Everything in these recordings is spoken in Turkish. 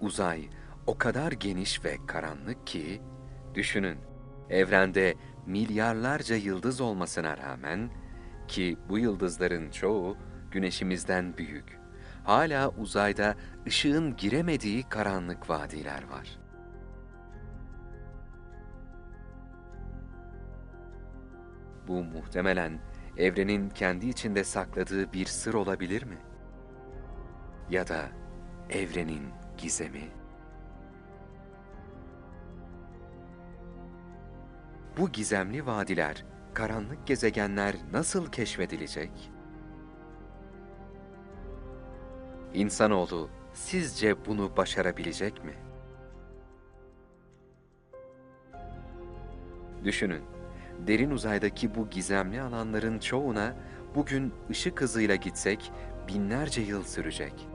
Uzay o kadar geniş ve karanlık ki, düşünün, evrende milyarlarca yıldız olmasına rağmen, ki bu yıldızların çoğu güneşimizden büyük, hala uzayda ışığın giremediği karanlık vadiler var. Bu muhtemelen evrenin kendi içinde sakladığı bir sır olabilir mi? Ya da evrenin gizemi? Bu gizemli vadiler, karanlık gezegenler nasıl keşfedilecek? İnsanoğlu sizce bunu başarabilecek mi? Düşünün, derin uzaydaki bu gizemli alanların çoğuna bugün ışık hızıyla gitsek binlerce yıl sürecek.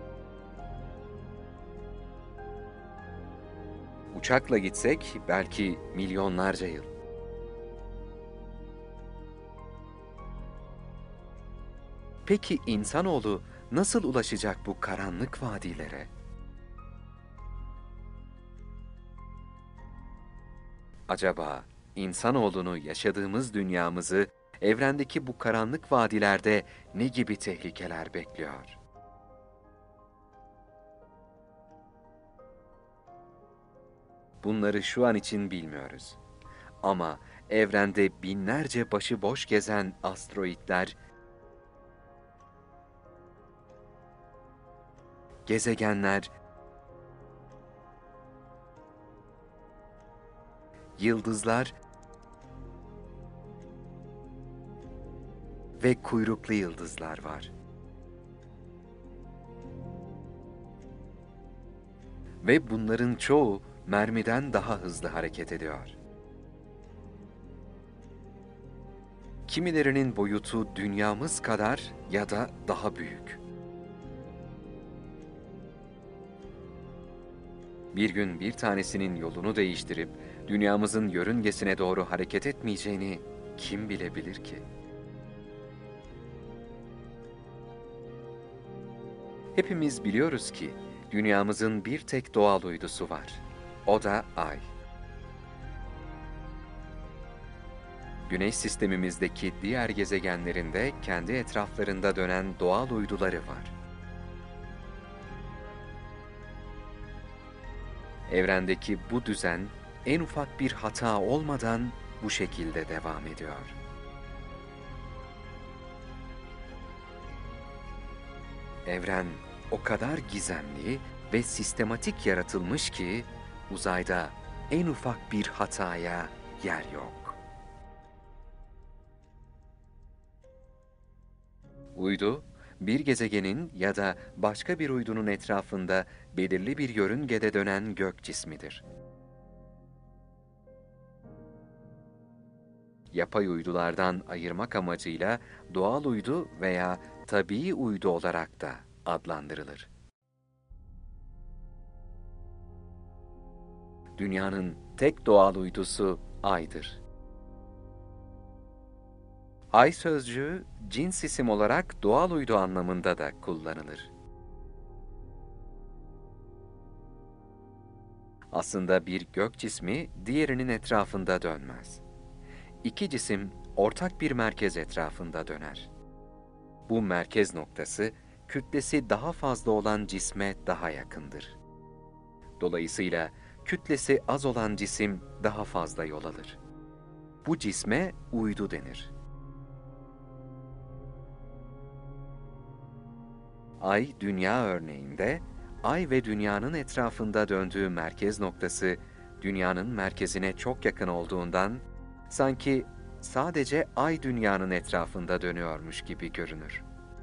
Uçakla gitsek belki milyonlarca yıl. Peki insanoğlu nasıl ulaşacak bu karanlık vadilere? Acaba insanoğlunu yaşadığımız dünyamızı evrendeki bu karanlık vadilerde ne gibi tehlikeler bekliyor? Bunları şu an için bilmiyoruz. Ama evrende binlerce başıboş gezen asteroitler, gezegenler, yıldızlar ve kuyruklu yıldızlar var. Ve bunların çoğu mermiden daha hızlı hareket ediyor. Kimilerinin boyutu dünyamız kadar ya da daha büyük. Bir gün bir tanesinin yolunu değiştirip dünyamızın yörüngesine doğru hareket etmeyeceğini kim bilebilir ki? Hepimiz biliyoruz ki dünyamızın bir tek doğal uydusu var. O da Ay. Güneş sistemimizdeki diğer gezegenlerinde kendi etraflarında dönen doğal uyduları var. Evrendeki bu düzen en ufak bir hata olmadan bu şekilde devam ediyor. Evren o kadar gizemli ve sistematik yaratılmış ki uzayda en ufak bir hataya yer yok. Uydu, bir gezegenin ya da başka bir uydunun etrafında belirli bir yörüngede dönen gök cismidir. Yapay uydulardan ayırmak amacıyla doğal uydu veya tabii uydu olarak da adlandırılır. Dünyanın tek doğal uydusu Ay'dır. Ay sözcüğü cins isim olarak doğal uydu anlamında da kullanılır. Aslında bir gök cismi diğerinin etrafında dönmez. İki cisim ortak bir merkez etrafında döner. Bu merkez noktası kütlesi daha fazla olan cisme daha yakındır. Dolayısıyla kütlesi az olan cisim daha fazla yol alır. Bu cisme uydu denir. Ay, Dünya örneğinde, Ay ve Dünya'nın etrafında döndüğü merkez noktası, Dünya'nın merkezine çok yakın olduğundan, sanki sadece Ay Dünya'nın etrafında dönüyormuş gibi görünür.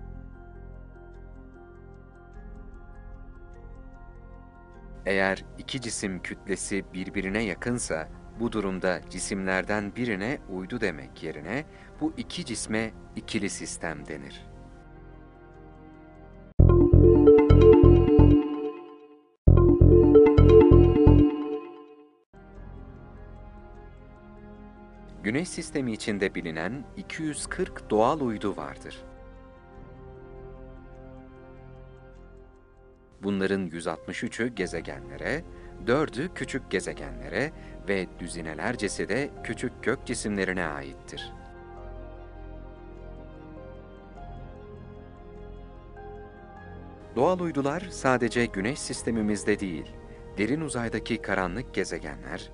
Eğer iki cisim kütlesi birbirine yakınsa, bu durumda cisimlerden birine uydu demek yerine, bu iki cisme ikili sistem denir. Güneş sistemi içinde bilinen 240 doğal uydu vardır. Bunların 163'ü gezegenlere, 4'ü küçük gezegenlere ve düzinelercesi de küçük gök cisimlerine aittir. Doğal uydular sadece Güneş sistemimizde değil, derin uzaydaki karanlık gezegenler,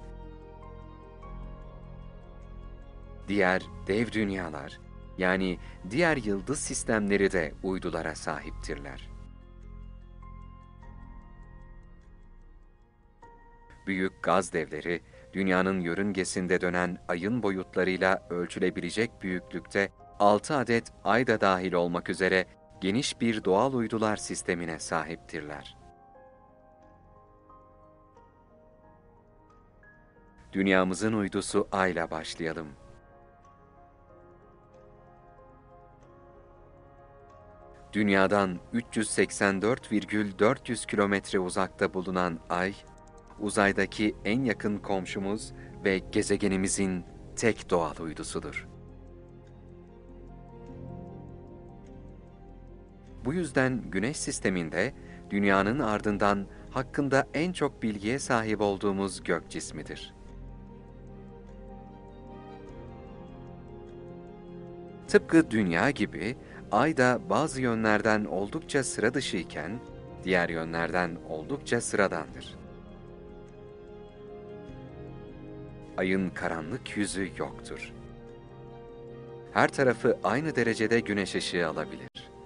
diğer dev dünyalar, yani diğer yıldız sistemleri de uydulara sahiptirler. Büyük gaz devleri, dünyanın yörüngesinde dönen ayın boyutlarıyla ölçülebilecek büyüklükte 6 adet ay da dahil olmak üzere geniş bir doğal uydular sistemine sahiptirler. Dünyamızın uydusu Ay'la başlayalım. Dünyadan 384,400 kilometre uzakta bulunan Ay, uzaydaki en yakın komşumuz ve gezegenimizin tek doğal uydusudur. Bu yüzden Güneş sisteminde Dünya'nın ardından hakkında en çok bilgiye sahip olduğumuz gök cismidir. Tıpkı Dünya gibi Ay da bazı yönlerden oldukça sıra dışı iken, diğer yönlerden oldukça sıradandır. Ayın karanlık yüzü yoktur. Her tarafı aynı derecede güneş ışığı alabilir.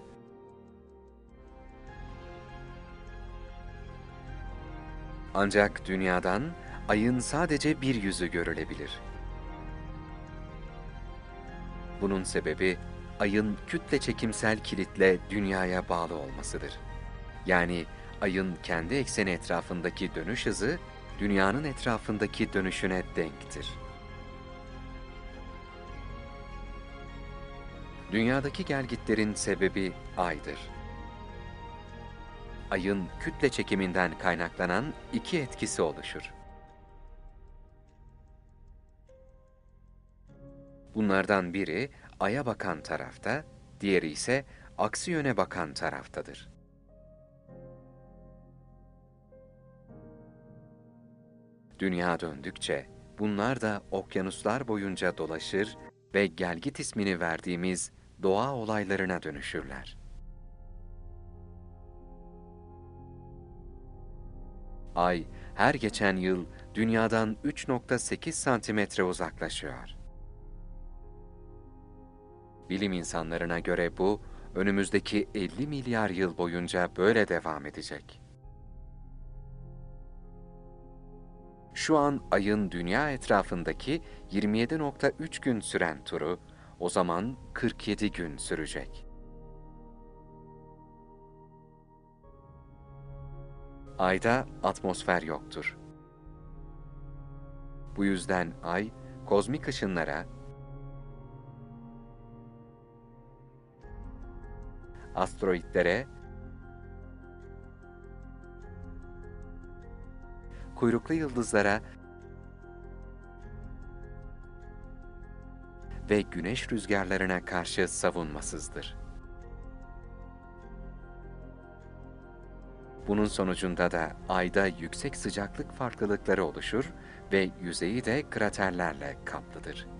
Ancak Dünya'dan Ayın sadece bir yüzü görülebilir. Bunun sebebi Ayın kütle çekimsel kilitle Dünya'ya bağlı olmasıdır. Yani Ayın kendi ekseni etrafındaki dönüş hızı, Dünya'nın etrafındaki dönüşüne denktir. Dünyadaki gelgitlerin sebebi Ay'dır. Ayın kütle çekiminden kaynaklanan iki etkisi oluşur. Bunlardan biri Ay'a bakan tarafta, diğeri ise aksi yöne bakan taraftadır. Dünya döndükçe bunlar da okyanuslar boyunca dolaşır ve gelgit ismini verdiğimiz doğa olaylarına dönüşürler. Ay her geçen yıl Dünya'dan 3,8 santimetre uzaklaşıyor. Bilim insanlarına göre bu, önümüzdeki 50 milyar yıl boyunca böyle devam edecek. Şu an Ay'ın Dünya etrafındaki 27,3 gün süren turu, o zaman 47 gün sürecek. Ay'da atmosfer yoktur. Bu yüzden Ay, kozmik ışınlara, asteroidlere, kuyruklu yıldızlara ve güneş rüzgarlarına karşı savunmasızdır. Bunun sonucunda da Ay'da yüksek sıcaklık farklılıkları oluşur ve yüzeyi de kraterlerle kaplıdır.